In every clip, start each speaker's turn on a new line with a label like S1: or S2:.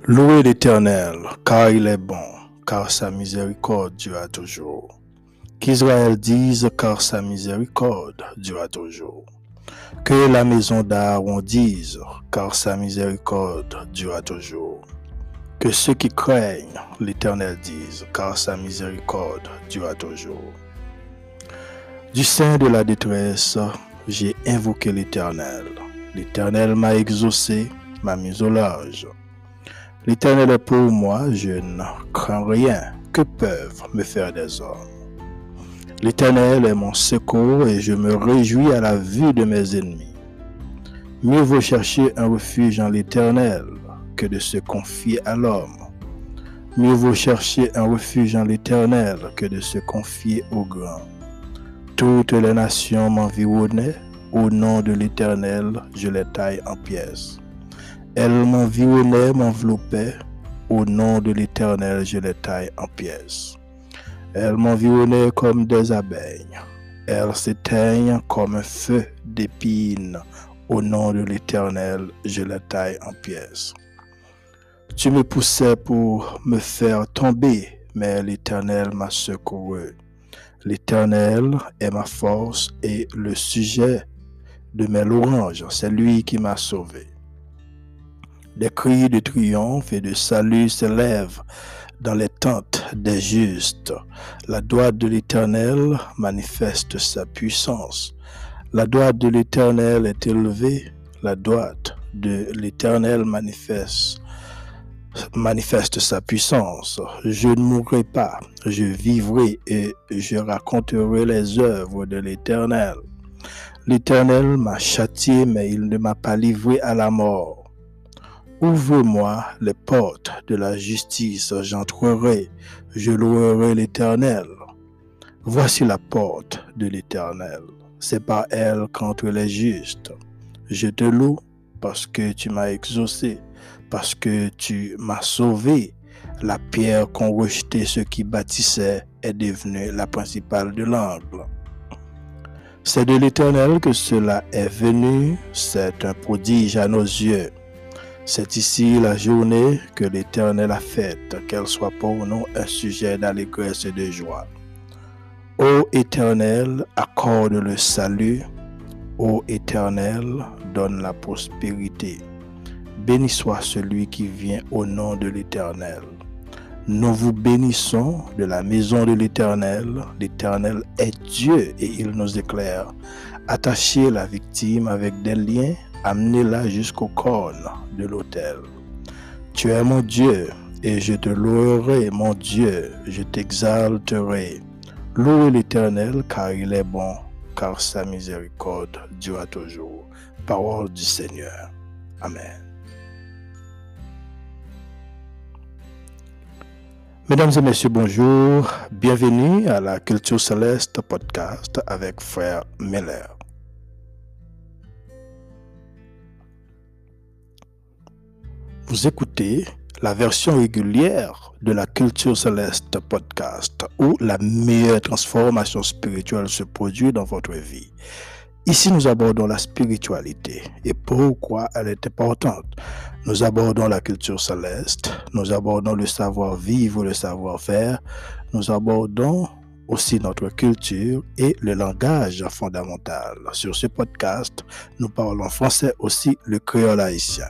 S1: Louez l'Éternel, car il est bon, car sa miséricorde durera toujours. Qu'Israël dise, car sa miséricorde durera toujours. Que la maison d'Aaron dise, car sa miséricorde durera toujours. Que ceux qui craignent l'Éternel disent, car sa miséricorde durera toujours. Du sein de la détresse, j'ai invoqué l'Éternel. L'Éternel m'a exaucé, m'a mis au large. L'Éternel est pour moi, je ne crains rien. Que peuvent me faire des hommes? L'Éternel est mon secours et je me réjouis à la vue de mes ennemis. Mieux vaut chercher un refuge en l'Éternel que de se confier à l'homme. Mieux vaut chercher un refuge en l'Éternel que de se confier au grand. Toutes les nations m'environnaient, au nom de l'Éternel, je les taille en pièces. Elles m'environnaient, m'enveloppaient, au nom de l'Éternel, je les taille en pièces. Elles m'environnaient comme des abeilles, elles s'éteignent comme un feu d'épines, au nom de l'Éternel, je les taille en pièces. Tu me poussais pour me faire tomber, mais l'Éternel m'a secouru. L'Éternel est ma force et le sujet de mes louanges, c'est lui qui m'a sauvé. Des cris de triomphe et de salut s'élèvent dans les tentes des justes. La droite de l'Éternel manifeste sa puissance. La droite de l'Éternel est élevée. La droite de l'Éternel manifeste sa puissance. Je ne mourrai pas, je vivrai et je raconterai les œuvres de l'Éternel. L'Éternel m'a châtié, mais il ne m'a pas livré à la mort. Ouvre-moi les portes de la justice, j'entrerai, je louerai l'Éternel. Voici la porte de l'Éternel, c'est par elle qu'entrent les justes. Je te loue parce que tu m'as exaucé, parce que tu m'as sauvé. La pierre qu'ont rejetée ceux qui bâtissaient est devenue la principale de l'angle. C'est de l'Éternel que cela est venu, c'est un prodige à nos yeux. C'est ici la journée que l'Éternel a faite, qu'elle soit pour nous un sujet d'allégresse et de joie. Ô Éternel, accorde le salut. Ô Éternel, donne la prospérité. Béni soit celui qui vient au nom de l'Éternel. Nous vous bénissons de la maison de l'Éternel. L'Éternel est Dieu et il nous éclaire. Attachez la victime avec des liens, amenez-la jusqu'au corne de l'autel. Tu es mon Dieu et je te louerai, mon Dieu, je t'exalterai. Louez l'Éternel car il est bon, car sa miséricorde durera toujours. Parole du Seigneur. Amen. Mesdames et messieurs, bonjour. Bienvenue à la Culture Céleste podcast avec Frère Miller. Vous écoutez la version régulière de la Culture Céleste podcast où la meilleure transformation spirituelle se produit dans votre vie. Ici, nous abordons la spiritualité et pourquoi elle est importante. Nous abordons la culture céleste, nous abordons le savoir-vivre, le savoir-faire, nous abordons aussi notre culture et le langage fondamental. Sur ce podcast, nous parlons français aussi le créole haïtien.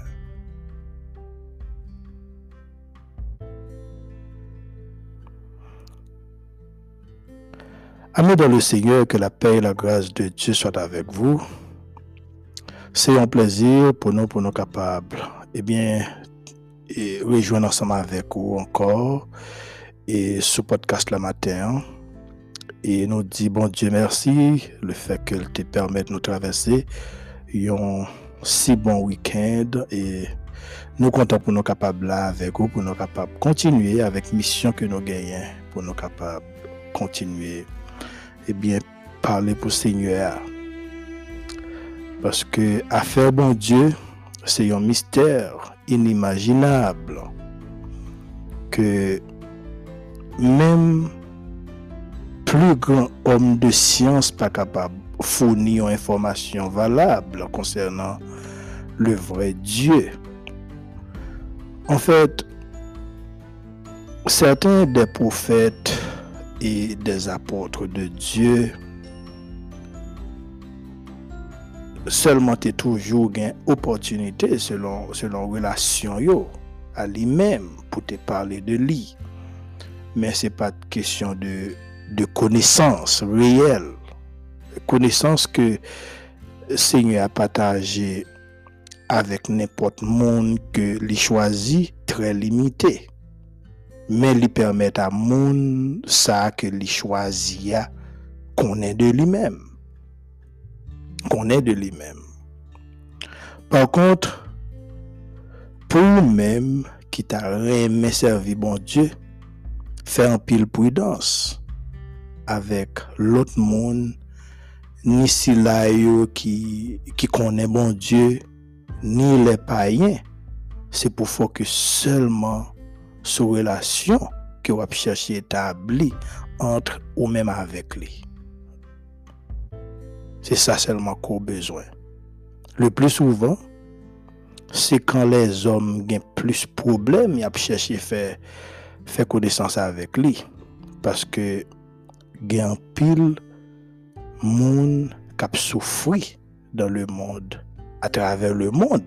S1: Amis dans le Seigneur, que la paix et la grâce de Dieu soient avec vous. C'est un plaisir pour nous capables, rejoindre ensemble avec vous encore et ce podcast le matin et nous dit bon Dieu merci le fait qu'il te permet de nous traverser un si bon week-end et nous comptons pour nous capables là avec vous pour nous capables continuer avec mission que nous gagnons pour nous capables continuer parler pour Seigneur. Parce que affaire bon Dieu, c'est un mystère inimaginable que même plus grand homme de science pas capable de fournir une information valable concernant le vrai Dieu. En fait, certains des prophètes et des apôtres de Dieu seulement t'es toujours une opportunité selon relation yo à lui-même pour te parler de lui. Mais c'est pas question de connaissance réelle. Connaissance que le Seigneur a partagé avec n'importe monde que lui choisit très limité. Mais lui permet à monde ça que lui choisit connaît de lui-même. Connaît de lui-même. Par contre, pour nous-mêmes qui t'a aimé servir bon Dieu, faire un pile prudence avec l'autre monde, ni si là qui connaît bon Dieu, ni les païens. C'est pour focus seulement sur relation que vous cherchez établie entre ou même avec lui. C'est ça seulement qu'on a besoin. Le plus souvent, c'est quand les hommes ont plus de problèmes, ils cherchent faire connaissance avec lui. Parce que il y a un pile monde qui a souffert dans le monde, à travers le monde.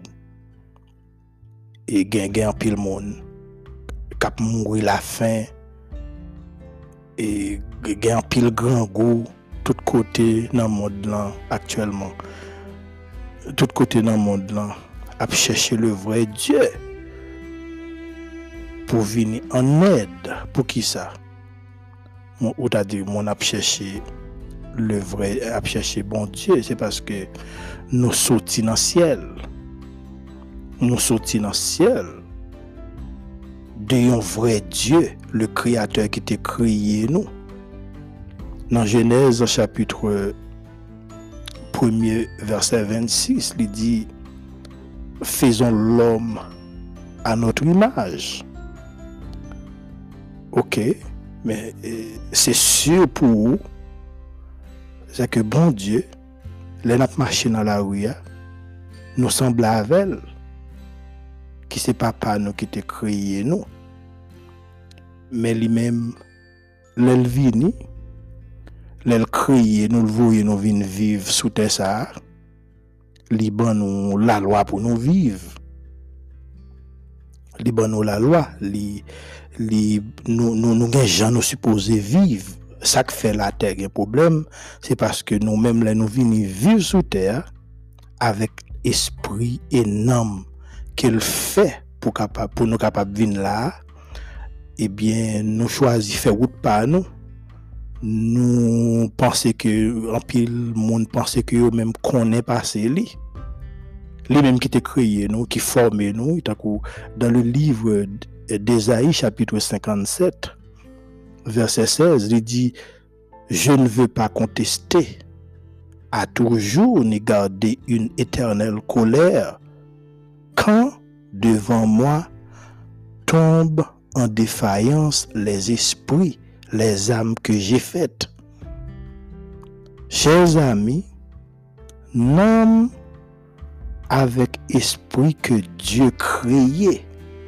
S1: Et il y a un pile monde qui a mouru la faim. Et il y a un pile grand goût, tout côté dans le monde là, actuellement. Tout côté dans le monde là, à chercher le vrai Dieu. Pour venir en aide. Pour qui ça? Ou t'as dit, mon a cherché le vrai, a cherché bon Dieu, c'est parce que nous sortis dans le ciel. Nous sortis dans le ciel de un vrai Dieu, le Créateur qui t'a créé nous. Dans Genèse chapitre 1er verset 26, il dit faisons l'homme à notre image. Ok, mais c'est sûr pour vous, c'est que bon Dieu, les notre machine dans la rue, nous semble avec elle, qui c'est papa nous qui t'a créé nous. Mais lui-même, l'elvini, l'el créé, nous le voyons, nous venons vivre sous terre ça, liban nous la loi pour nous vivre. Liban nous la loi, nous gens nous supposés vivre. Ça qui fait la terre un problème, c'est parce que nous-mêmes là nous venons vivre sous terre avec esprit et âme qu'il fait pour nous capables venir là. Eh bien nous choisissons faire route par nous. Nous pensons que en pile monde pense que eux même connaît passer lui. Les mêmes qui t'a créé nous, qui formé nous, dans le livre d'Ésaïe chapitre 57 verset 16, il dit je ne veux pas contester à toujours ni garder une éternelle colère quand devant moi tombent en défaillance les esprits, les âmes que j'ai faites. Chers amis, nomme avec esprit que Dieu créé.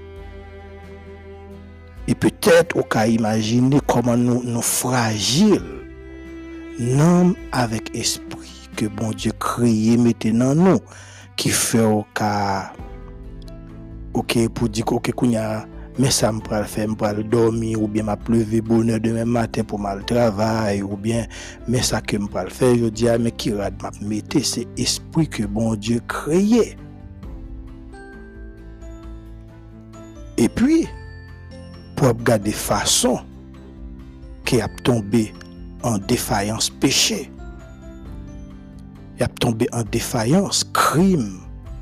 S1: Et peut-être on peut imaginer comment nous fragiles. Nomme avec esprit que bon Dieu créé maintenant nous qui fait au cas OK pour dire OK kounya mais ça me pral faire me pral dormir ou bien m'a lever bonheur demain matin pour mal travail ou bien mais ça que me pral faire je dis mais qui rad m'a mettre c'est esprit que bon Dieu créé. Et puis pour regarder façon qui a tombé en défaillance péché. Il a tombé en défaillance crime.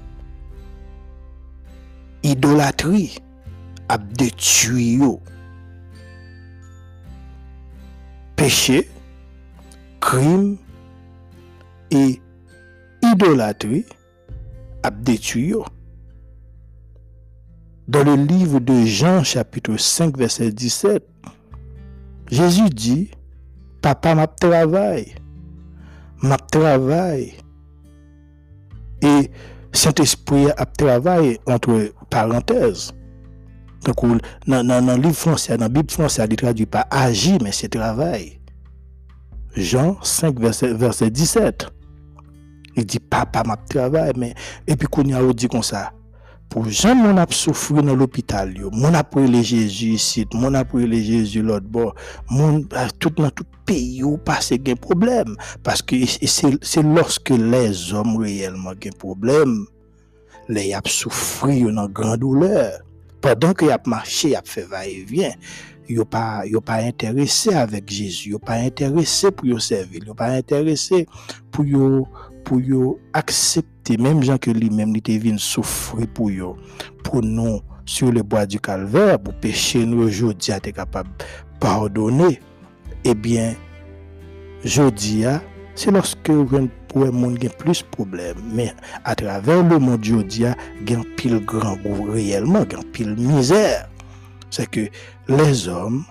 S1: Idolâtrie a détruit péché, crime et idolâtrie a détruit. Dans le livre de Jean chapitre 5 verset 17, Jésus dit papa m'a travail et Saint-Esprit a travaillé entre parenthèses. Donc, dans le livre français, dans la Bible française, il traduit pas agir, mais c'est travail. Jean 5, verset 17. Il dit, papa m'a travail, mais, et puis, qu'on y a dit comme ça, pour gens, mon a souffert dans l'hôpital, mon a les Jésus ici, mon a les Jésus l'autre bord, tout dans tout pays, où passe un problème. Parce que c'est lorsque les hommes réellement ont un problème, les ont souffert dans grande douleur. Pendant qu'ils ont marché, ils ont fait va-et-vient, ils n'ont pas intéressé avec Jésus, ils n'ont pas intéressé pour y servir, ils n'ont pas intéressé pour accepter, même gens que lui-même, il était venu souffrir pour nous, sur le bois du calvaire, pour pécher nous aujourd'hui, à être capable de pardonner. Eh bien, aujourd'hui, c'est lorsque pour un monde qui a plus de problèmes. Mais à travers le monde aujourd'hui, il y a un pile grand goût réellement, il y a un pile misère. C'est que les hommes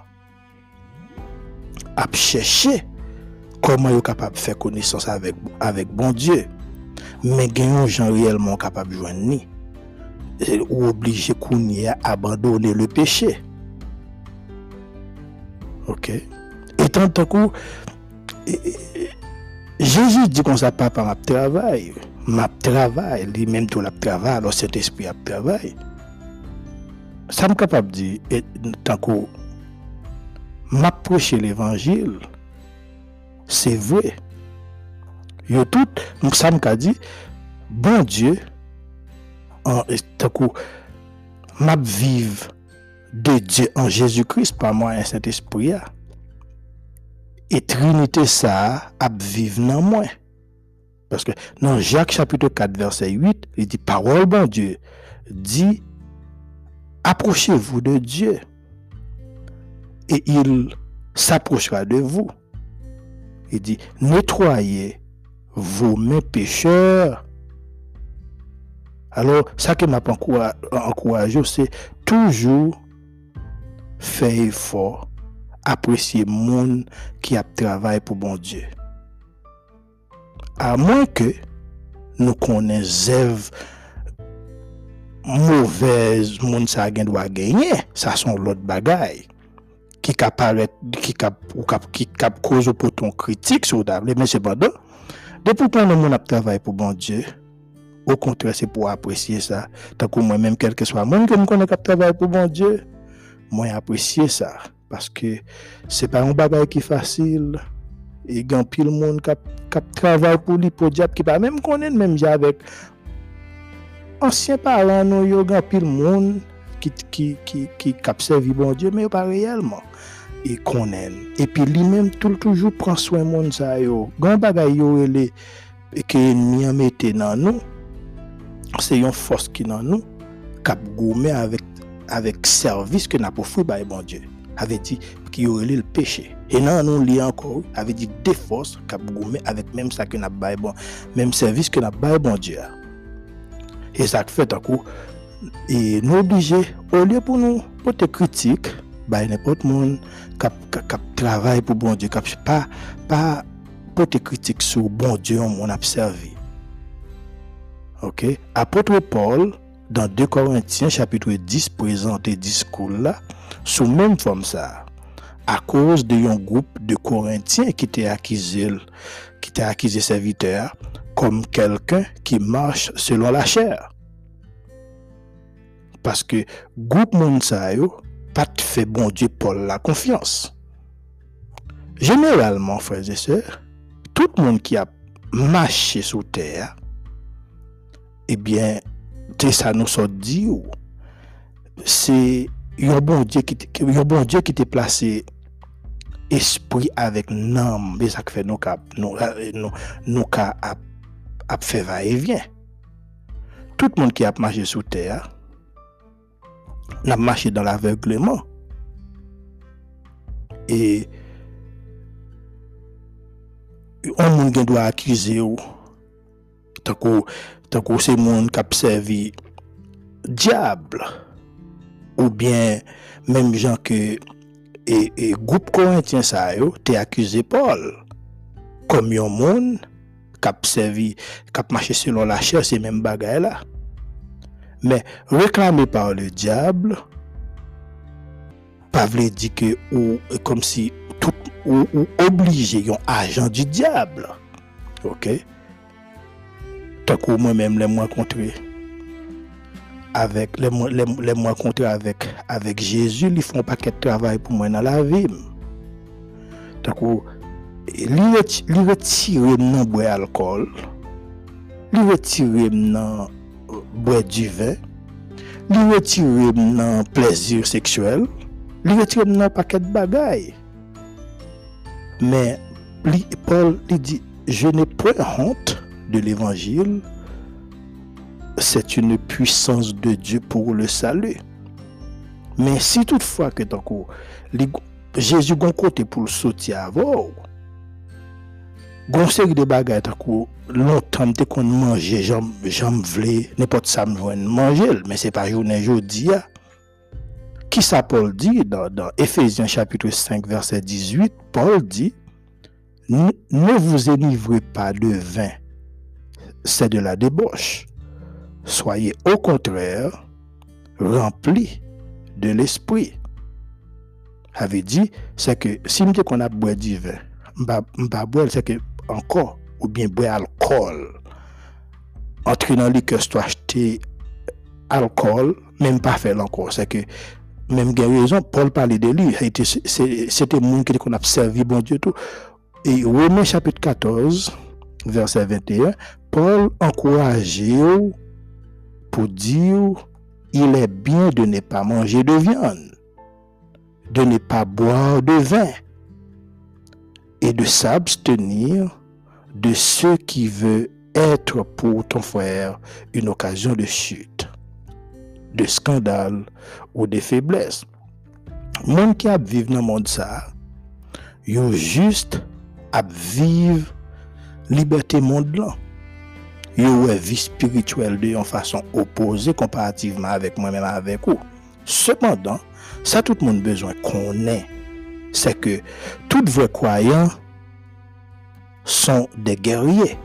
S1: ont cherché comment ils sont capables de faire connaissance avec bon Dieu. Mais il y a des gens réellement capables de joindre ou obligés à abandonner le péché. Ok? Et tant que Jésus dit qu'on ça papa m'a travail, lui-même tout la travail, alors cet esprit a travail. Ça me capable de dire, tant que m'a prêché l'évangile, c'est vrai. Yo tout, ça me dit, bon Dieu, tant que m'a vive de Dieu en Jésus-Christ par moi un Saint-Esprit. Et Trinité ça a vivre dans moi. Parce que dans Jacques chapitre 4 verset 8, il dit parole bon Dieu dit approchez-vous de Dieu et il s'approchera de vous. Il dit nettoyez vos mains pécheurs. Alors ça que m'a encouragé c'est toujours faire effort, apprécier monde qui a travaillé pour bon Dieu. À moins que nous connaissions mauvaise monde ça doit gagner, ça sont l'autre bagaille qui cause pour ton critique sur d'able, mais cependant depuis quand le monde a travaillé pour bon Dieu, au contraire c'est pour apprécier ça. Tant que moi même quel que soit monde que me connais qui travaille pour bon Dieu, moi apprécier ça parce que c'est pas un bagaille qui facile. Et grand pile monde qui travaille pour lui pour diable qui pas même connaître même avec anciens parents nous yo grand pile monde qui cap servi bon Dieu mais pas réellement et connaît et puis lui même toujours prend soin monde ça yo grand bagaille yo que ennemi mette dans nous c'est une force qui dans nous cap gourmet avec service que n'a pas fait par bon Dieu avait dit qu'il y aurait le péché et non nous li encore avait dit des forces cap gourmet avec même ça que n'a pas bon même service que n'a pas bon Dieu et ça fait un coup et nous obligé au lieu pour nous pour te critique bah n'importe monde cap travaille pour bon Dieu cap pas pour te critique sur bon Dieu on a servi. OK, apôtre Paul dans 2 Corinthiens chapitre 10 présente discours là sous même forme ça à cause de un groupe de Corinthiens qui était accusé serviteur comme quelqu'un qui marche selon la chair. Parce que groupe moun sa yo pas fait bon Dieu Paul la confiance. Généralement frères et sœurs, tout le monde qui a marché sur terre eh bien ça nous sort dit c'est un bon Dieu qui t'est placé esprit avec nom mais ça fait nous cap a fait va et vient. Tout le monde qui a marché sur terre n'a marché dans l'aveuglement et on monde qui doit accuser ou tant que c'est monde qui a servi diable ou bien même gens que et groupe corinthien ça yo t'es accusé Paul comme un monde qui a servi qui a marché selon la chair c'est même bagaille là mais réclamé par le diable pas vle dire que ou comme si tout ou obligé un agent du diable. OK? Tant que moi-même les moi rencontré avec les moi rencontré avec Jésus, ils font un paquet de travail pour moi dans la vie. Tant que li retire nan boire alcool, li retire nan boire du vin, li retire nan plaisir sexuel, li retire nan paquet de bagailles. Mais Paul il dit je n'ai point honte de l'évangile, c'est une puissance de Dieu pour le salut. Mais si toutefois que Jésus gon côté pour le sortir avant, gon série de bagages tant longtemps te qu'on manger, j'en vle n'importe ça me joindre manger, mais c'est pas journée jodi a. Qui ça Paul dit dans Éphésiens chapitre 5 verset 18, Paul dit ne vous enivrez pas de vin, c'est de la débauche. Soyez au contraire remplis de l'esprit. Avait dit c'est que si nous qu'on a boire du vin, m'pa boire c'est que encore ou bien boire alcool. Entrer dans le liqueur soit acheter alcool, même pas faire encore, c'est que même raison Paul parlait de lui, c'était monde qui qu'on a servi bon Dieu tout. Et Romains chapitre 14 verset 21, Paul encourageait pour dire il est bien de ne pas manger de viande, de ne pas boire de vin et de s'abstenir de ce qui veut être pour ton frère une occasion de chute, de scandale ou de faiblesse. Monde qui a vivre dans le monde ça, yo juste à vivre liberté monde là. Yo une vie spirituelle de une façon opposée comparativement avec moi-même avec vous. Cependant, ça tout le monde besoin connaît, c'est que tous vrais croyants sont des guerriers.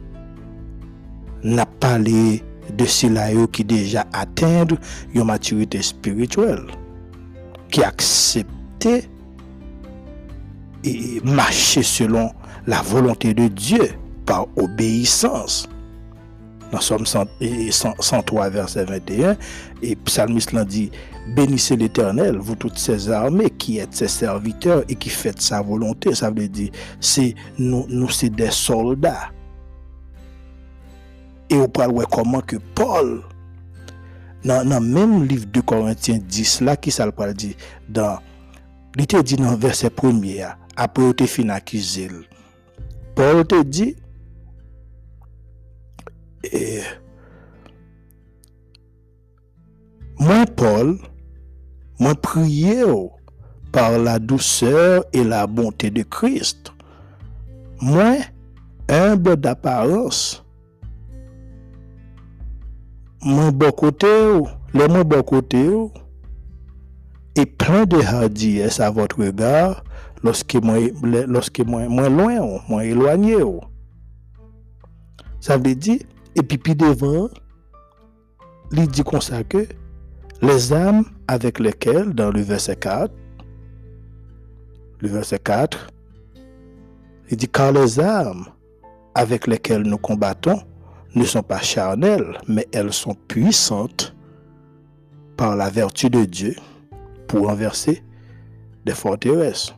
S1: N'a parlé de ceux-là qui déjà atteignent une maturité spirituelle, qui acceptent et marcher selon la volonté de Dieu par obéissance. Dans Somme 103 verset 21, et psalmiste l'a dit bénissez l'Éternel, vous toutes ses armées qui êtes ses serviteurs et qui faites sa volonté. Ça veut dire c'est nous c'est des soldats. Et on parle comment que Paul dans même livre de Corinthiens 10 là qui ça le parle dit dans il te dit dans verset 1er après on te fin accuser Paul te dit moi Paul moi prier par la douceur et la bonté de Christ, moi humble d'apparence, mon bon côté le mon bon côté et plein de hardiesse à votre regard lorsque moi loin moi éloigné. Ça veut dire et puis devant il dit comme ça que les âmes avec lesquelles dans le verset 4 il dit car les âmes avec lesquelles nous combattons ne sont pas charnelles mais elles sont puissantes par la vertu de Dieu pour renverser des forteresses.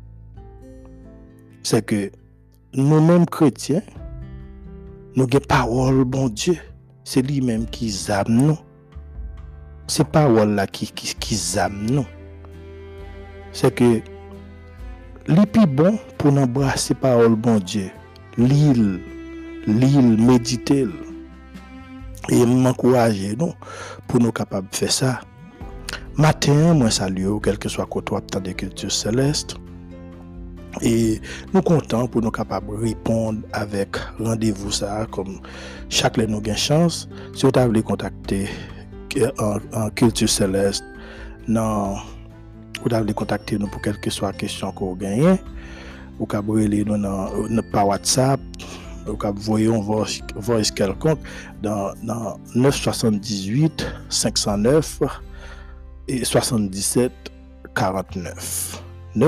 S1: C'est que nous-mêmes chrétiens nous avons parole bon Dieu, c'est lui-même qui zame nous. C'est parole là qui zame nous. C'est que les plus bon pour embrasser parole bon Dieu, l'île méditer et m'encourager nous pour nous capables de faire ça. Matin, moi salue quel que soit côté temps de culture céleste. Et nous comptons pour nous capables de répondre avec rendez-vous ça comme chaque nous avons chance. Si vous voulez contacter en culture céleste, non, vous avez contacter nous pour quelle que soit question que vous gagnez. Vous pouvez nous par WhatsApp, vous pouvez envoyer voice quelconque dans 978 509 et 77 49.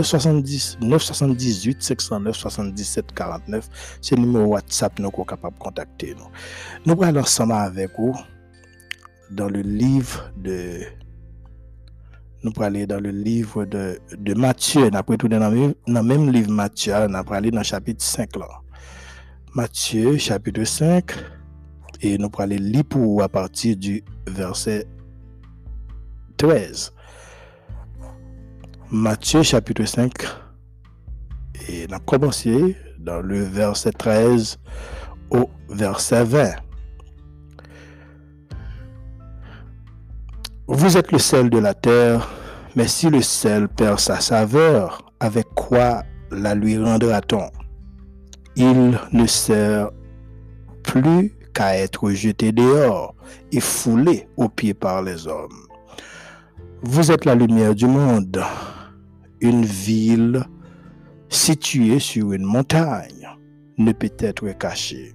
S1: 978 509 77 49, c'est le numéro WhatsApp nous sommes capables de contacter nous. Nous allons ensemble avec vous dans le livre de Matthieu. Nous allons dans le même livre Matthieu, nous allons aller dans le chapitre 5 là. Matthieu chapitre 5 et nous allons lire pour vous à partir du verset 13. Matthieu chapitre 5 et on a commencé dans le verset 13 au verset 20. Vous êtes le sel de la terre, mais si le sel perd sa saveur, avec quoi la lui rendra-t-on? Il ne sert plus qu'à être jeté dehors et foulé aux pieds par les hommes. Vous êtes la lumière du monde. Une ville située sur une montagne ne peut être cachée.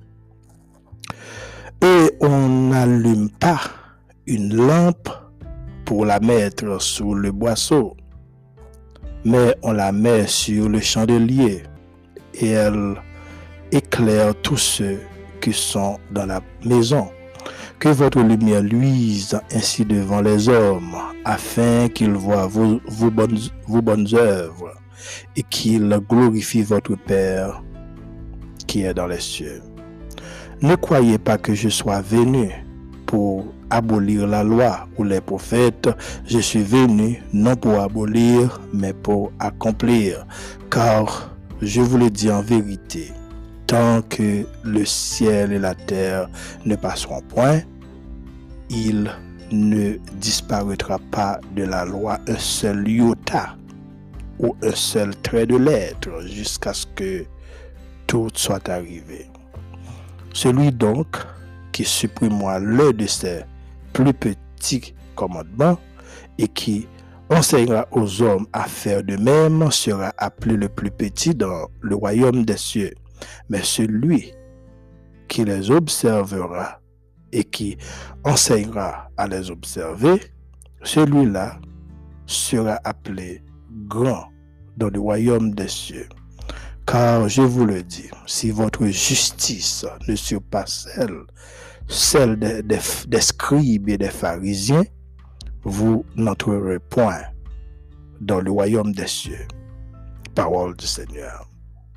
S1: Et on n'allume pas une lampe pour la mettre sous le boisseau, mais on la met sur le chandelier et elle éclaire tous ceux qui sont dans la maison. Que votre lumière luise ainsi devant les hommes, afin qu'ils voient vos bonnes œuvres et qu'ils glorifient votre Père qui est dans les cieux. Ne croyez pas que je sois venu pour abolir la loi ou les prophètes. Je suis venu non pour abolir, mais pour accomplir. Car je vous le dis en vérité, tant que le ciel et la terre ne passeront point, il ne disparaîtra pas de la loi un seul iota ou un seul trait de lettre jusqu'à ce que tout soit arrivé. Celui donc qui supprimera l'un de ses plus petits commandements et qui enseignera aux hommes à faire de même sera appelé le plus petit dans le royaume des cieux. Mais celui qui les observera et qui enseignera à les observer, celui-là sera appelé grand dans le royaume des cieux. Car je vous le dis, si votre justice ne surpasse celle des scribes et des pharisiens, vous n'entrerez point dans le royaume des cieux. Parole du Seigneur.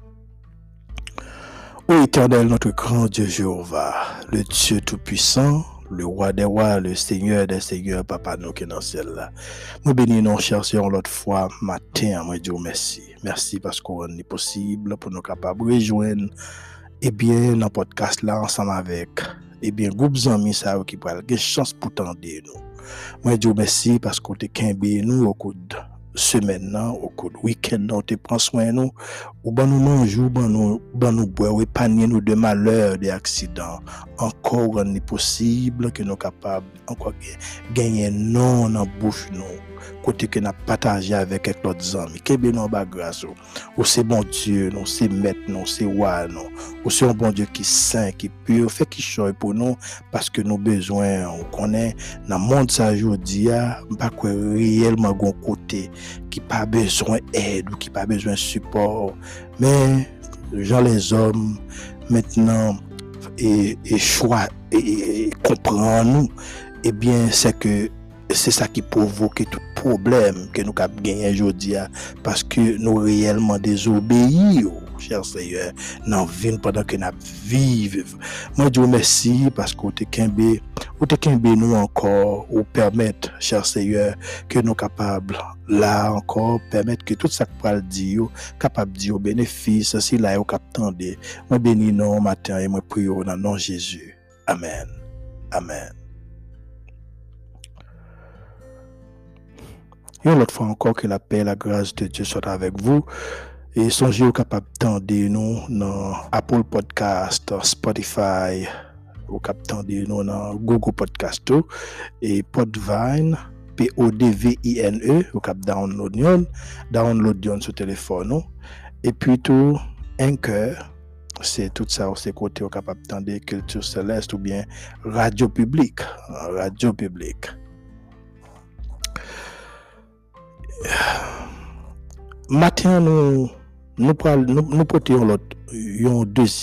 S1: Ô Éternel, notre grand Dieu Jéhovah, le Dieu Tout-Puissant, le Roi des Rois, le Seigneur des Seigneurs, Papa nous qui est dans le ciel là. Nous bénissons, chers sœurs, l'autre fois, matin, moi Dieu merci. Merci parce qu'on est possible pour nous capables de rejoindre, et bien, dans le podcast là, ensemble avec, et bien, groupe amis, ça, qui prennent une chance pour tendre nous. Moi Dieu merci parce qu'on te kembe nous au coup de semaine, au cours du week-end, on te prend soin nous, ou ben nous manger, ou ben nous boire, ou épargner nous de malheurs, des accidents. Encore on est possible que nous capables encore gagner non dans bouche nous, côté que nous partager avec d'autres amis. Que bien nous bas grâce ou c'est bon Dieu, nous c'est maître nous, c'est roi nous, ou c'est un bon Dieu qui saint, qui pur, fait qui choix pour nous parce que nous besoin on connaît dans monde ça aujourd'hui, pas quoi réellement gon côté qui pas besoin aide ou qui pas besoin support, mais gens les hommes maintenant et choix et comprend nous, et bien c'est que c'est ça qui provoque tout problème que nous avons gagné aujourd'hui parce que nous réellement désobéis, cher Seigneur, dans la vie pendant que nous vivons. Moi, je vous remercie parce que vous te nous encore, ou permettre, cher Seigneur, que nous capables, là encore, permettre que tout ça que nous dire, capable de dire au bénéfice, si là, vous captez, moi bénis nous matin et moi prie au nom de Jésus. Amen. Amen. Et l'autre fois encore que la paix et la grâce de Dieu soient avec vous. Et songez au capable d'entendre nous dans Apple Podcast, Spotify, au capable d'entendre nous dans Google Podcast et Podvine, Podvine, au capable download sur téléphone. Et puis tout, Anchor, c'est tout ça, c'est côté au capable d'entendre Culture Céleste ou bien Radio Publique. Matin, nous portons un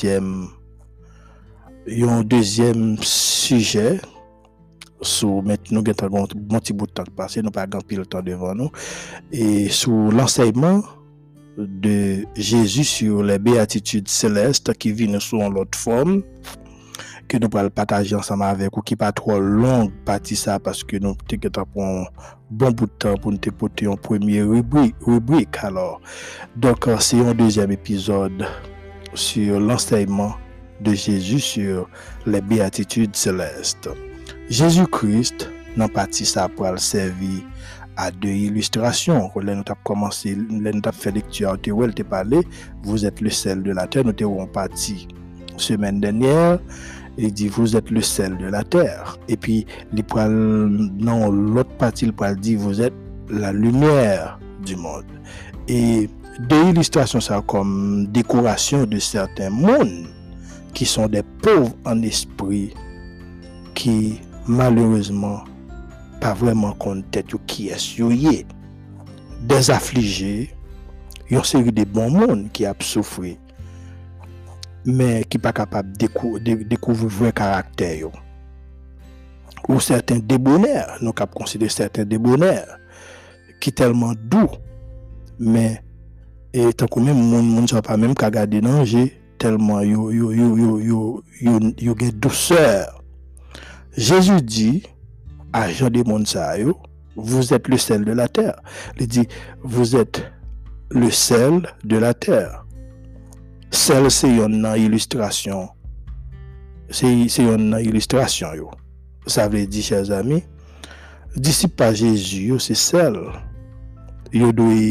S1: deuxième sujet. Sur maintenant, nous avons un petit bout de temps passé, nous n'avons pas grand le temps devant nous. Et sur l'enseignement de Jésus sur les béatitudes célestes qui viennent sous l'autre forme, que nous pourrons partager ensemble avec vous, qui n'est pas trop longue partie ça, parce que nous avons un bon bout de temps pour nous porter une première rubrique. Alors, donc, c'est un deuxième épisode sur l'enseignement de Jésus sur les béatitudes célestes. Jésus-Christ, dans partie ça pour le servir à deux illustrations. Quand nous avons commencé, nous avons fait lecture, nous avons parlé, vous êtes le sel de la terre. Nous avons parti semaine dernière, il dit vous êtes le sel de la terre. Et puis, dans l'autre partie, il peut dire vous êtes la lumière du monde. Et deux illustrations, ça comme décoration de certains mondes qui sont des pauvres en esprit, qui malheureusement pas vraiment tête qui est souillé, des affligés, une série de bons mondes qui a souffert, mais qui pas capable de découvrir vrai caractère, ou certains débonnaires, nous cap considérer certains débonnaires qui tellement doux, mais et tant que même monde soit pas même qu'à garder danger tellement yo get douceur. Jésus dit à Jean de Monsayo, vous êtes le sel de la terre. Il dit, vous êtes le sel de la terre. Sel, c'est une illustration. C'est une illustration. Yo. Ça veut dire, chers amis, disciple à Jésus, c'est sel. Il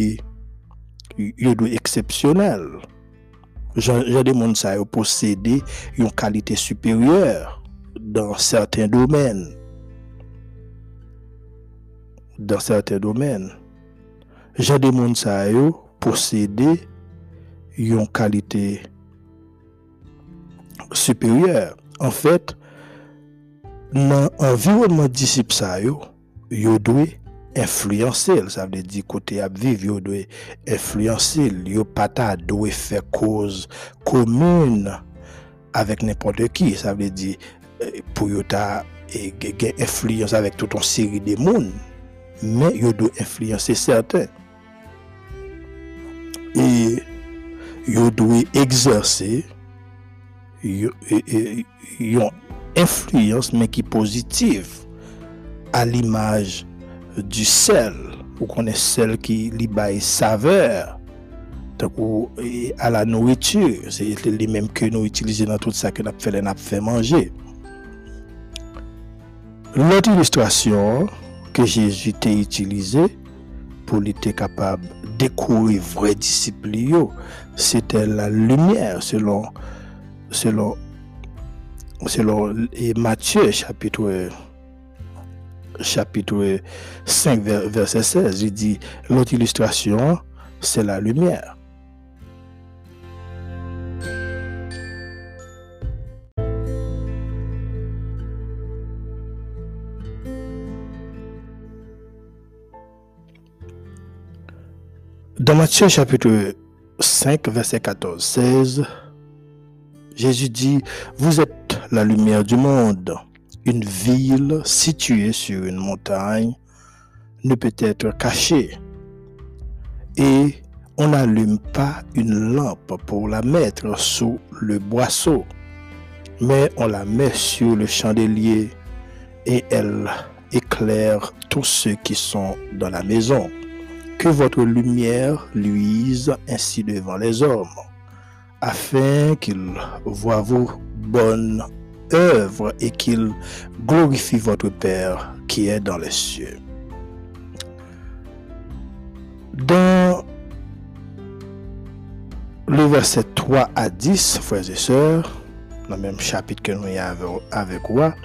S1: doit exceptionnel. Jean de Monsayo posséder une qualité supérieure dans certains domaines. Jean de Monsayo possédait une qualité supérieure. En fait, dans l'environnement disciple, il doit influencer. Ça veut dire côté à vivre, il doit influencer. Il pas doit faire cause commune avec n'importe qui. Ça veut dire pour y avoir influence avec toute une série de monde, mais il doit influencer certains. Et il doit exercer une influence, mais qui est positive, à l'image du sel. Vous connaissez sel qui lui saveur à la nourriture. C'est les mêmes que nous utilisons dans tout ça que nous fait manger. L'autre illustration que Jésus a utilisée pour être capable de découvrir vrai disciple, c'était la lumière selon Matthieu chapitre 5 verset 16. Il dit l'autre illustration c'est la lumière. Dans Matthieu chapitre 5, verset 14-16, Jésus dit, vous êtes la lumière du monde. Une ville située sur une montagne ne peut être cachée. Et on n'allume pas une lampe pour la mettre sous le boisseau, mais on la met sur le chandelier et elle éclaire tous ceux qui sont dans la maison. Que votre lumière luise ainsi devant les hommes, afin qu'ils voient vos bonnes œuvres et qu'ils glorifient votre Père qui est dans les cieux. Dans le verset 3 à 10, frères et sœurs, dans le même chapitre que nous avons avec moi,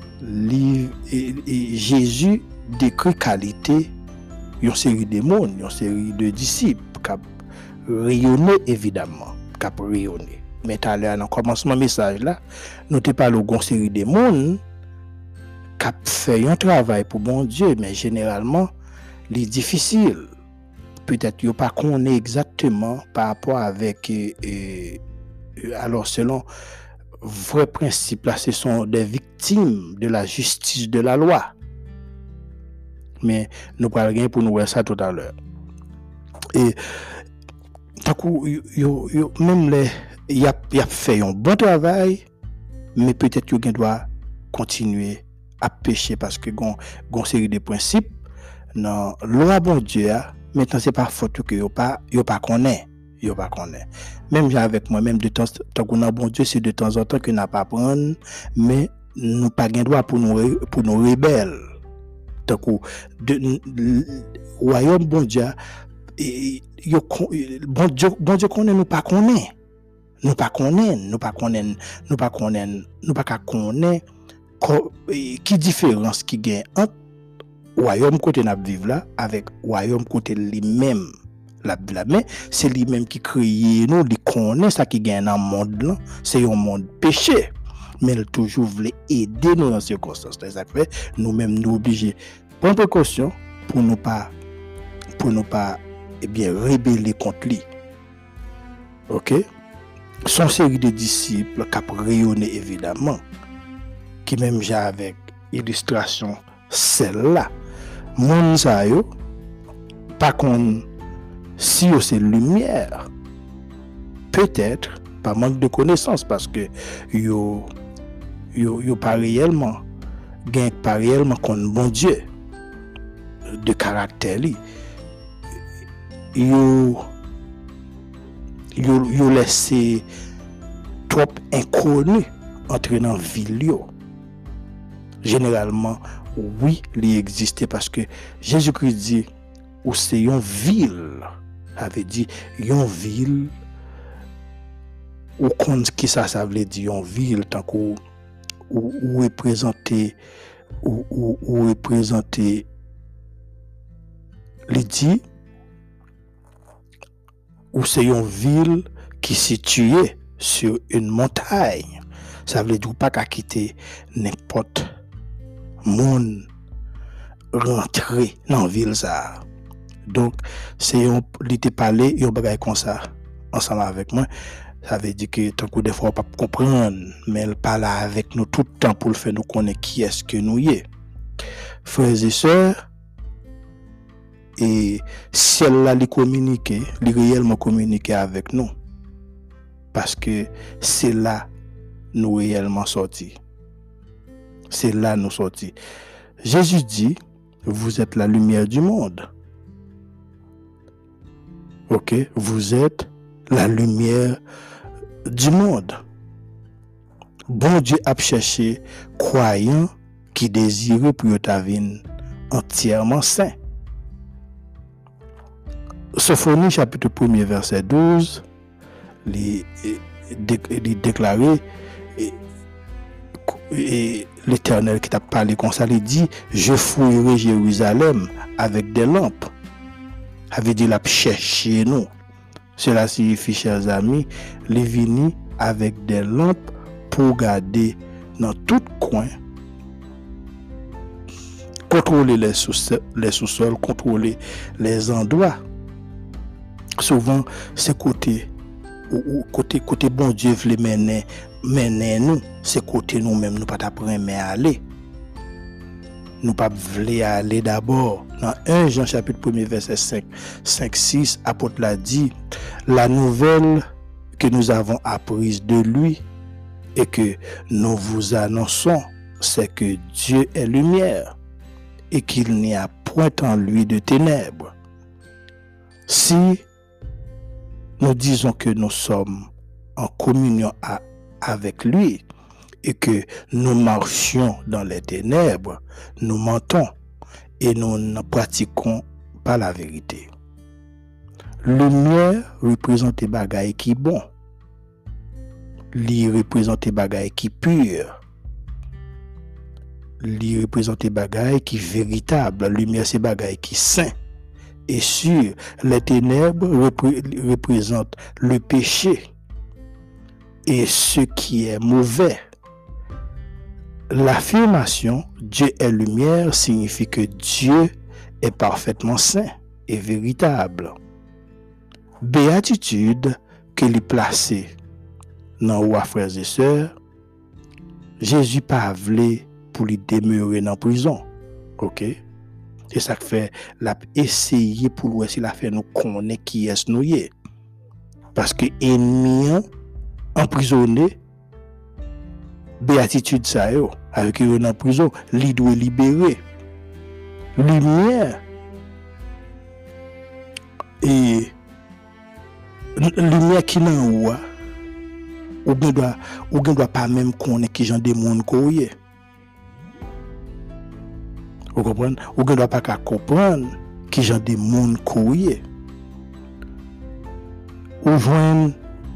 S1: Jésus décrit qualité une série de monde, une série de disciples qui ont rayonné évidemment, qui ont rayonné. Mais tout à l'heure, dans le commencement message là, nous te parlons d'une série de monde qui ont fait un travail pour bon Dieu, mais généralement, c'est difficile. peut-être yo pas connaît exactement par rapport avec alors selon vrai principe là, ce sont des victimes de la justice de la loi. Mais nous parlons pour nous voir ça tout à l'heure. Et du coup, même les y a fait un bon travail, mais peut-être qu'il doit continuer à pécher parce que gon série de principes dans loi bon Dieu maintenant c'est pas faute que yo pas connaît. Même avec moi même de temps qu'on a bon Dieu c'est de temps en temps que n'a pas prendre mais nous pas gain droit pour nous rebelles. Donc royaume bon Dieu bon Dieu connaît nous pas connaît. Nous pas connaît qui différence qui gagne entre royaume côté n'a vivre là avec royaume côté lui-même la mais c'est lui-même qui crée nous il connaît ça qui gagne dans monde là c'est un monde péché mais il toujours voulait aider nous dans ces circonstances là ça fait nous-mêmes nous obligés prendre précaution pour nous pas rebeller contre lui. OK, son série de disciples qui a rayonné évidemment qui même j'ai avec illustration celle-là mon ça yo pas qu'on si c'est lumière peut-être par manque de connaissance parce que yo pas réellement qu'on bon Dieu de caractère li yo laissé trop inconnu entrer dans ville yo. Généralement oui il existait parce que Jésus-Christ dit ou c'est une ville avait dit une ville ou qui ça veut dire une ville tant qu'on ou représenter ou représenter il dit ou c'est une ville qui est située sur une montagne. Ça veut dire pas qu'à quitter n'importe monde rentrer dans ville ça. Donc c'est on était parlé un bagage comme ça ensemble avec moi. Ça veut dire que tant que des fois on pas comprendre mais elle parle avec nous tout le temps pour le faire nous connaître qui est-ce que nous y est. Frères et sœurs, et celle-là les communiquer, les réellement communiquer avec nous parce que c'est là nous réellement sortis. C'est là nous sortis. Jésus dit vous êtes la lumière du monde. OK, vous êtes la lumière du monde. Bon Dieu a cherché croyants qui désirent pour ta vie entièrement saint. Sophonie chapitre 1er verset 12 il déclaré et l'Éternel qui t'a parlé comme ça il dit je fouillerai Jérusalem avec des lampes. Avait dit la chercher nous. Cela signifie chers amis les venir avec des lampes pour garder dans tout coin, contrôler les sous-sols, contrôler les endroits. Souvent c'est côté bon Dieu veut mener nous, c'est côté nous même nous pas t'apprendre mais aller. Nous pas voulons aller d'abord dans 1 Jean chapitre 1er verset 5-6 apôtre l'a dit la nouvelle que nous avons apprise de lui et que nous vous annonçons c'est que Dieu est lumière et qu'il n'y a point en lui de ténèbres. Si nous disons que nous sommes en communion avec lui et que nous marchions dans les ténèbres, nous mentons et nous ne pratiquons pas la vérité. Lumière représente bagaille qui bon. Li représente bagaille qui pur. Li représente bagaille qui véritable. La lumière c'est bagaille qui saint. Et sûr, les ténèbres représentent le péché et ce qui est mauvais. L'affirmation Dieu est lumière signifie que Dieu est parfaitement saint et véritable. Béatitude que lui placée dans roi frères et sœurs, Jésus pas voulu pour lui demeurer dans prison. OK? Et ça fait l'a essayer pour voir s'il a fait nous connaître qui est nous y est. Parce que ennemi emprisonné béatitude ça yo avec eux dans prison, li doit libérer. Lumière et lumière qui nan ou doit pas même connaître qui gens des monde koye. Vous comprenez? Ou doit pas comprendre qui gens des monde koye. Ou joindre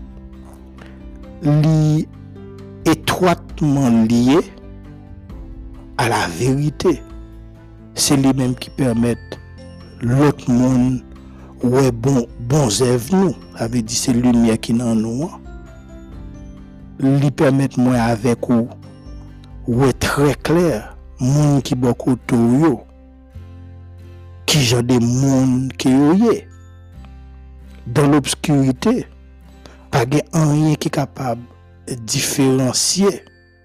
S1: li étroitement lié à la vérité. C'est lui-même qui permet l'autre monde ouais bon œuvres nous avait dit c'est lumière qui dans nous lui permet moi avec ou ouais très clair monde qui beaucoup yo qui genre des monde qui yoye dans l'obscurité pas rien qui est capable de différencier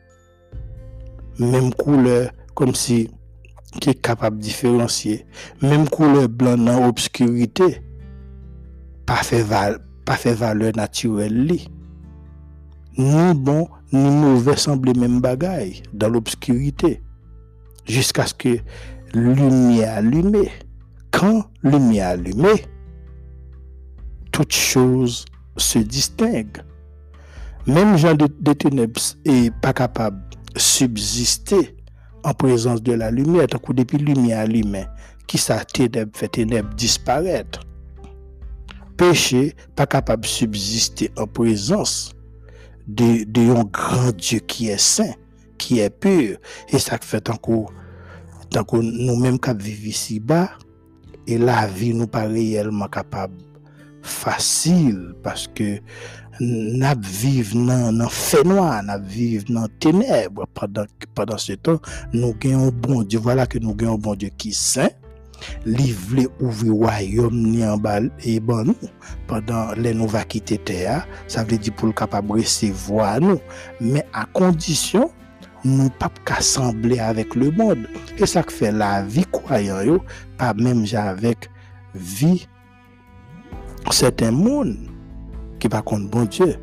S1: même couleur comme si qui est capable de différencier même couleur blanc dans l'obscurité pas fait valeur naturelle li ni bon ni mauvais semble même bagaille dans l'obscurité jusqu'à ce que lumière allumée quand lumière allumée toute chose se distingue même gens de ténèbres est pas capable de subsister en présence de la lumière, tant que depuis lumière allumée, qui ça ténèbres fait ténèbres disparaître. Péché pas capable de subsister en présence de un grand Dieu qui est saint, qui est pur, et ça fait tant que nous-mêmes qui vivons ici bas, et la vie nous pas réellement capable facile parce que n'a vivre dans fait noir, n'a vivre dans ténèbres pendant ce temps nous gagnons bon Dieu. Voilà que nous gagnons bon Dieu qui saint livre ouvrir royaume ni en bas et bon nous pendant les nous va quitter terre, ça veut dire pour le capable recevoir nous, mais à condition nous pas qu'assembler avec le monde. Et ça fait la vie croyant yo pas même avec vie certains monde qui pas contre bon Dieu.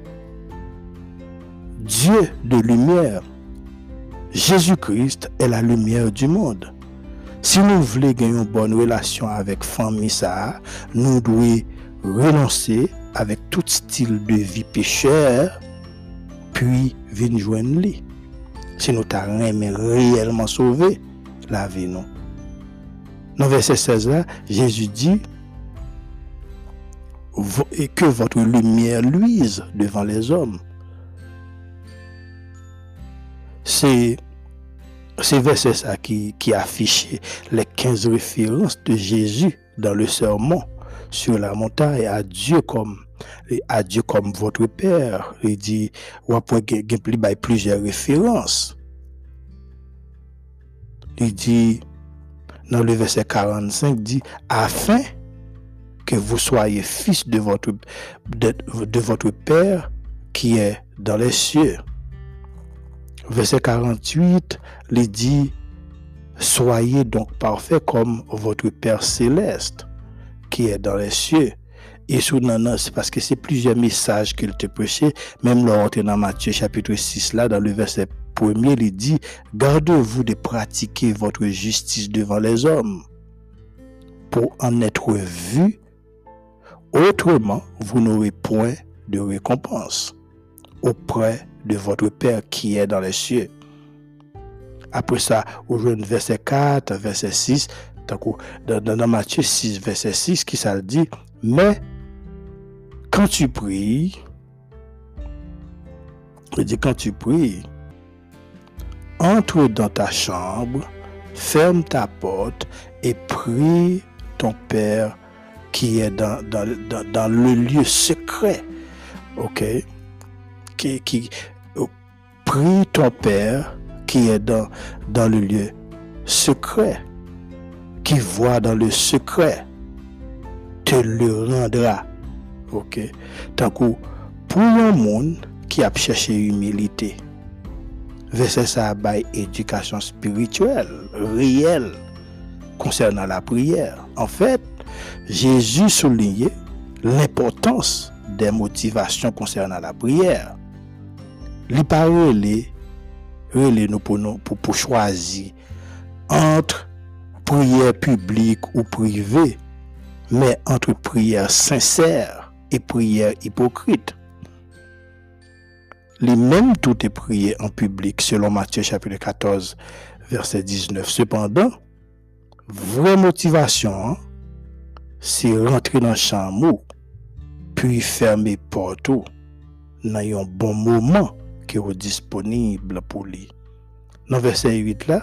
S1: Dieu de lumière. Jésus-Christ est la lumière du monde. Si nous voulons gagner une bonne relation avec famille ça, nous devons renoncer avec tout style de vie pécheur, puis venir joindre lui. Si nous t'aimons réellement sauver la vie nous. Dans verset 16 là, Jésus dit et que votre lumière luise devant les hommes. C'est verset ça qui affiche les 15 références de Jésus dans le sermon sur la montagne à Dieu comme votre Père. Il dit plusieurs références. Il dit dans le verset 45 dit afin que vous soyez fils de votre Père qui est dans les cieux. Verset 48, il dit soyez donc parfaits comme votre Père céleste qui est dans les cieux. Et sous c'est parce que c'est plusieurs messages qu'il te prêchait, même lors dans Matthieu chapitre 6 là, dans le verset 1er, il dit gardez-vous de pratiquer votre justice devant les hommes pour en être vu. Autrement, vous n'aurez point de récompense auprès de votre Père qui est dans les cieux. Après ça, au verset 4, verset 6, dans Matthieu 6, verset 6, qui ça dit, mais quand tu pries, entre dans ta chambre, ferme ta porte et prie ton Père qui est dans le lieu secret. OK? Prie ton Père qui est dans le lieu secret, qui voit dans le secret. te le rendra. OK? Tant que pour un monde qui a cherché humilité, verset ça bail éducation spirituelle réelle concernant la prière. En fait, Jésus soulignait l'importance des motivations concernant la prière. Il parle nous pour choisir entre prière publique ou privée, mais entre prière sincère et prière hypocrite. Les mêmes tout est prié en public selon Matthieu chapitre 14 verset 19. Cependant, vraie motivation, c'est rentrer dans la chambre puis fermer porte dans un bon moment qui est disponible pour lui. Dans verset 8 là,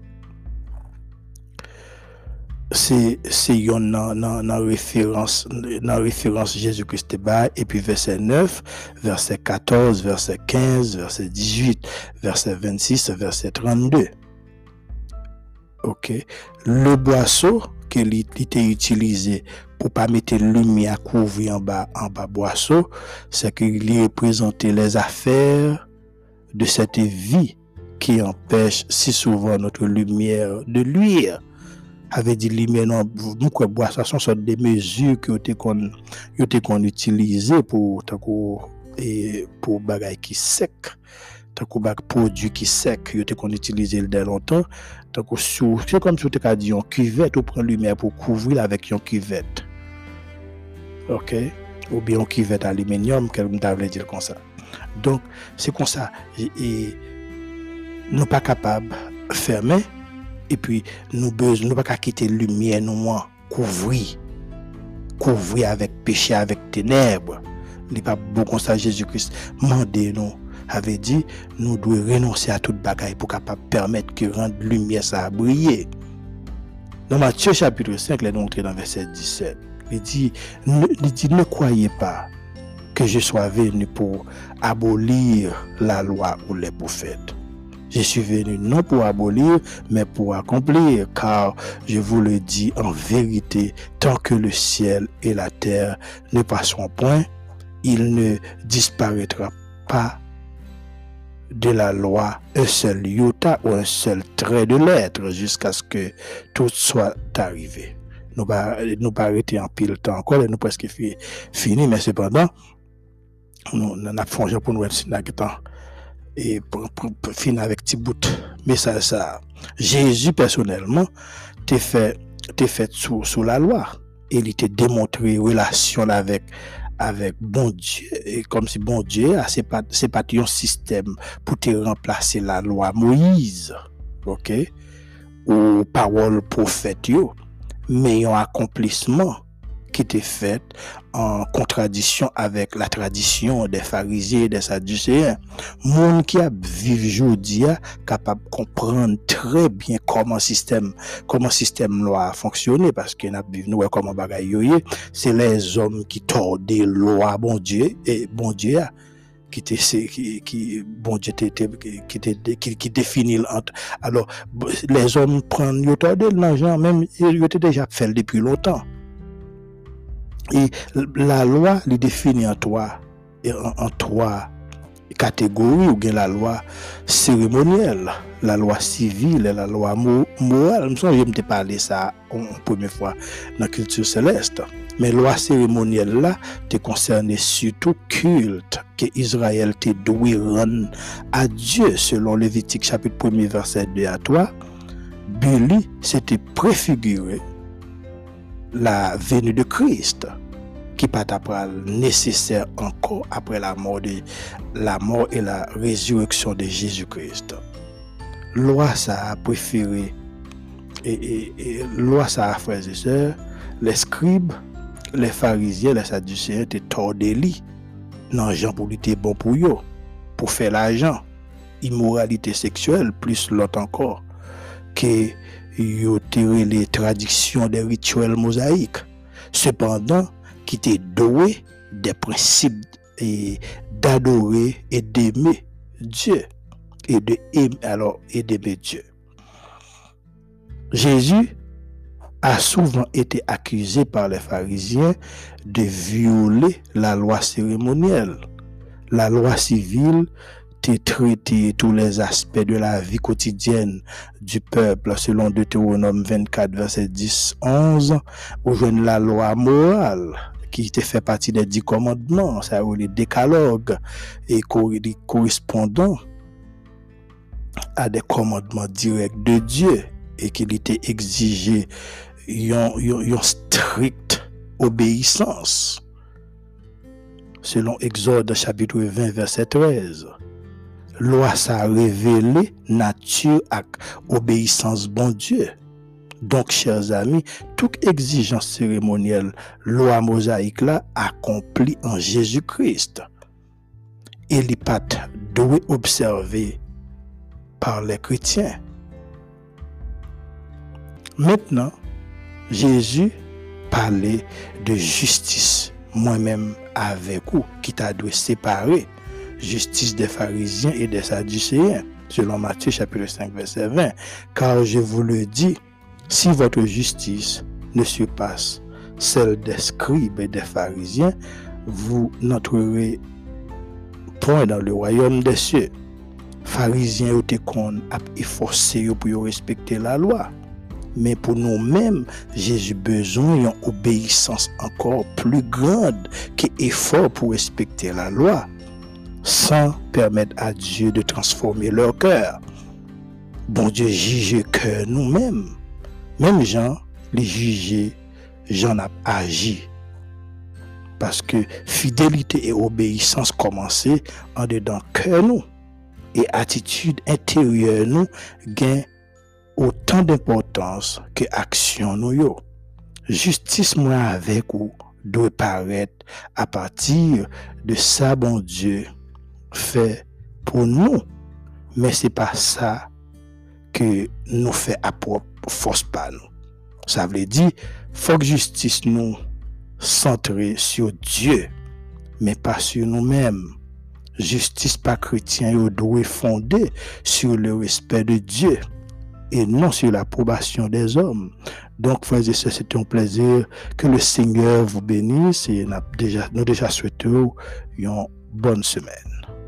S1: c'est dans référence Jésus-Christ et puis verset 9, verset 14, verset 15, verset 18, verset 26, verset 32. OK, le boisseau que l'était utilisé pour pas mettre lumière couvrir en bas boisseau, c'est qu'il représentait les affaires de cette vie qui empêche si souvent notre lumière de luire. Avait dit lumière non nous quoi boisson sont sorte des mesures que qu'on utilisé pour pour bagay qui sec, tant que bag produit qui sec qu'on utilisé dès longtemps, tant que c'est comme si tu as dit une cuvette ou prendre lumière pour couvrir avec une cuvette. OK, ou bien une cuvette aluminium comme t'avais dire comme ça. Donc c'est comme ça et nous pas capable fermer. Et puis, nous pas qu'à quitter la lumière, nous couvrir avec péché, avec ténèbres. Il n'est pas beaucoup ça, Jésus-Christ. Mandé nous, avait dit, nous devons renoncer à toute bagaille pour capable permettre que rendre lumière ça briller. Dans Matthieu chapitre 5, nous entrons dans verset 17. Il dit, ne croyez pas que je sois venu pour abolir la loi ou les prophètes. Je suis venu non pour abolir, mais pour accomplir, car je vous le dis en vérité, tant que le ciel et la terre ne passeront point, il ne disparaîtra pas de la loi un seul iota ou un seul trait de lettre jusqu'à ce que tout soit arrivé. Nous pas arrêter en pile temps encore, nous presque fini, mais cependant, nous n'avons pas pour nous être et pour finir avec petit bout mais ça Jésus personnellement t'es fait sous la loi et il t'a démontré relation avec bon Dieu et comme si bon Dieu c'est pas un système pour te remplacer la loi Moïse, OK, ou parole prophète yo, mais un accomplissement qui était fait en contradiction avec la tradition des pharisiens et des sadducéens. Monde qui a vécu aujourd'hui capable de comprendre très bien comment système loi fonctionne parce que n'a vu nous comment bagaille c'est les hommes qui tordaient loi bon Dieu et bon Dieu qui définit entre alors les hommes prennent yo tordaient l'argent même ils étaient déjà fait depuis longtemps. Et la loi les définit en trois catégories ou bien la loi cérémonielle, la loi civile et la loi morale. Je me t'ai parlé ça une première fois dans la culture céleste. Mais la loi cérémonielle là te concernait surtout culte que Israël te doué rendre à Dieu selon Lévitique chapitre 1 verset 2 à 3. Billy s'était préfiguré la venue de Christ qui pas nécessaire encore après la mort et la résurrection de Jésus-Christ. Loi ça a préféré et loi ça a frères et sœurs, les scribes, les pharisiens, les sadducéens étaient tordés dans Jean pour lui bon pour eux pour faire l'argent, immoralité sexuelle plus l'autre encore que yo tiré les traditions des rituels mosaïques. Cependant, qui était doué des principes et d'adorer et d'aimer Dieu et d'aimer Dieu. Jésus a souvent été accusé par les pharisiens de violer la loi cérémonielle. La loi civile traité tous les aspects de la vie quotidienne du peuple selon Deutéronome 24, verset 10-11, ou joigne la loi morale qui était fait partie des 10 commandements, ça veut dire décalogue et correspondant à des commandements directs de Dieu et qu'il était exigé une stricte obéissance selon Exode chapitre 20 verset 13. Loi ça révélé nature et obéissance bon Dieu. Donc, chers amis, toute exigence cérémonielle, loi mosaïque là, accomplie en Jésus-Christ. Et les pattes doivent observer par les chrétiens. Maintenant, Jésus parlait de justice, moi-même avec vous, qui t'a dû séparer justice des pharisiens et des sadducéens, selon Matthieu chapitre 5 verset 20. Car je vous le dis, si votre justice ne surpasse celle des scribes et des pharisiens, vous n'entrerez point dans le royaume des cieux. Pharisiens ont été efforcés pour respecter la loi. Mais pour nous-mêmes, Jésus besoin d'une obéissance encore plus grande qu'effort pour respecter la loi, sans permettre à Dieu de transformer leur cœur. Bon Dieu juge cœur nous-mêmes. Même Jean, les juger, Jean a agi. Parce que fidélité et obéissance commençaient en dedans cœur nous. Et attitude intérieure nous gagne autant d'importance que action nous yo. Justice moi avec vous doit paraître à partir de ça bon Dieu fait pour nous. Mais c'est pas ça que nous fait à propre force pas nous. Ça veut dire faut que justice nous centrée sur Dieu mais pas sur nous-mêmes. Justice par chrétien doit fonder sur le respect de Dieu et non sur l'approbation des hommes. Donc, frères et sœurs, c'est un plaisir. Que le Seigneur vous bénisse et nous déjà souhaitons une bonne semaine.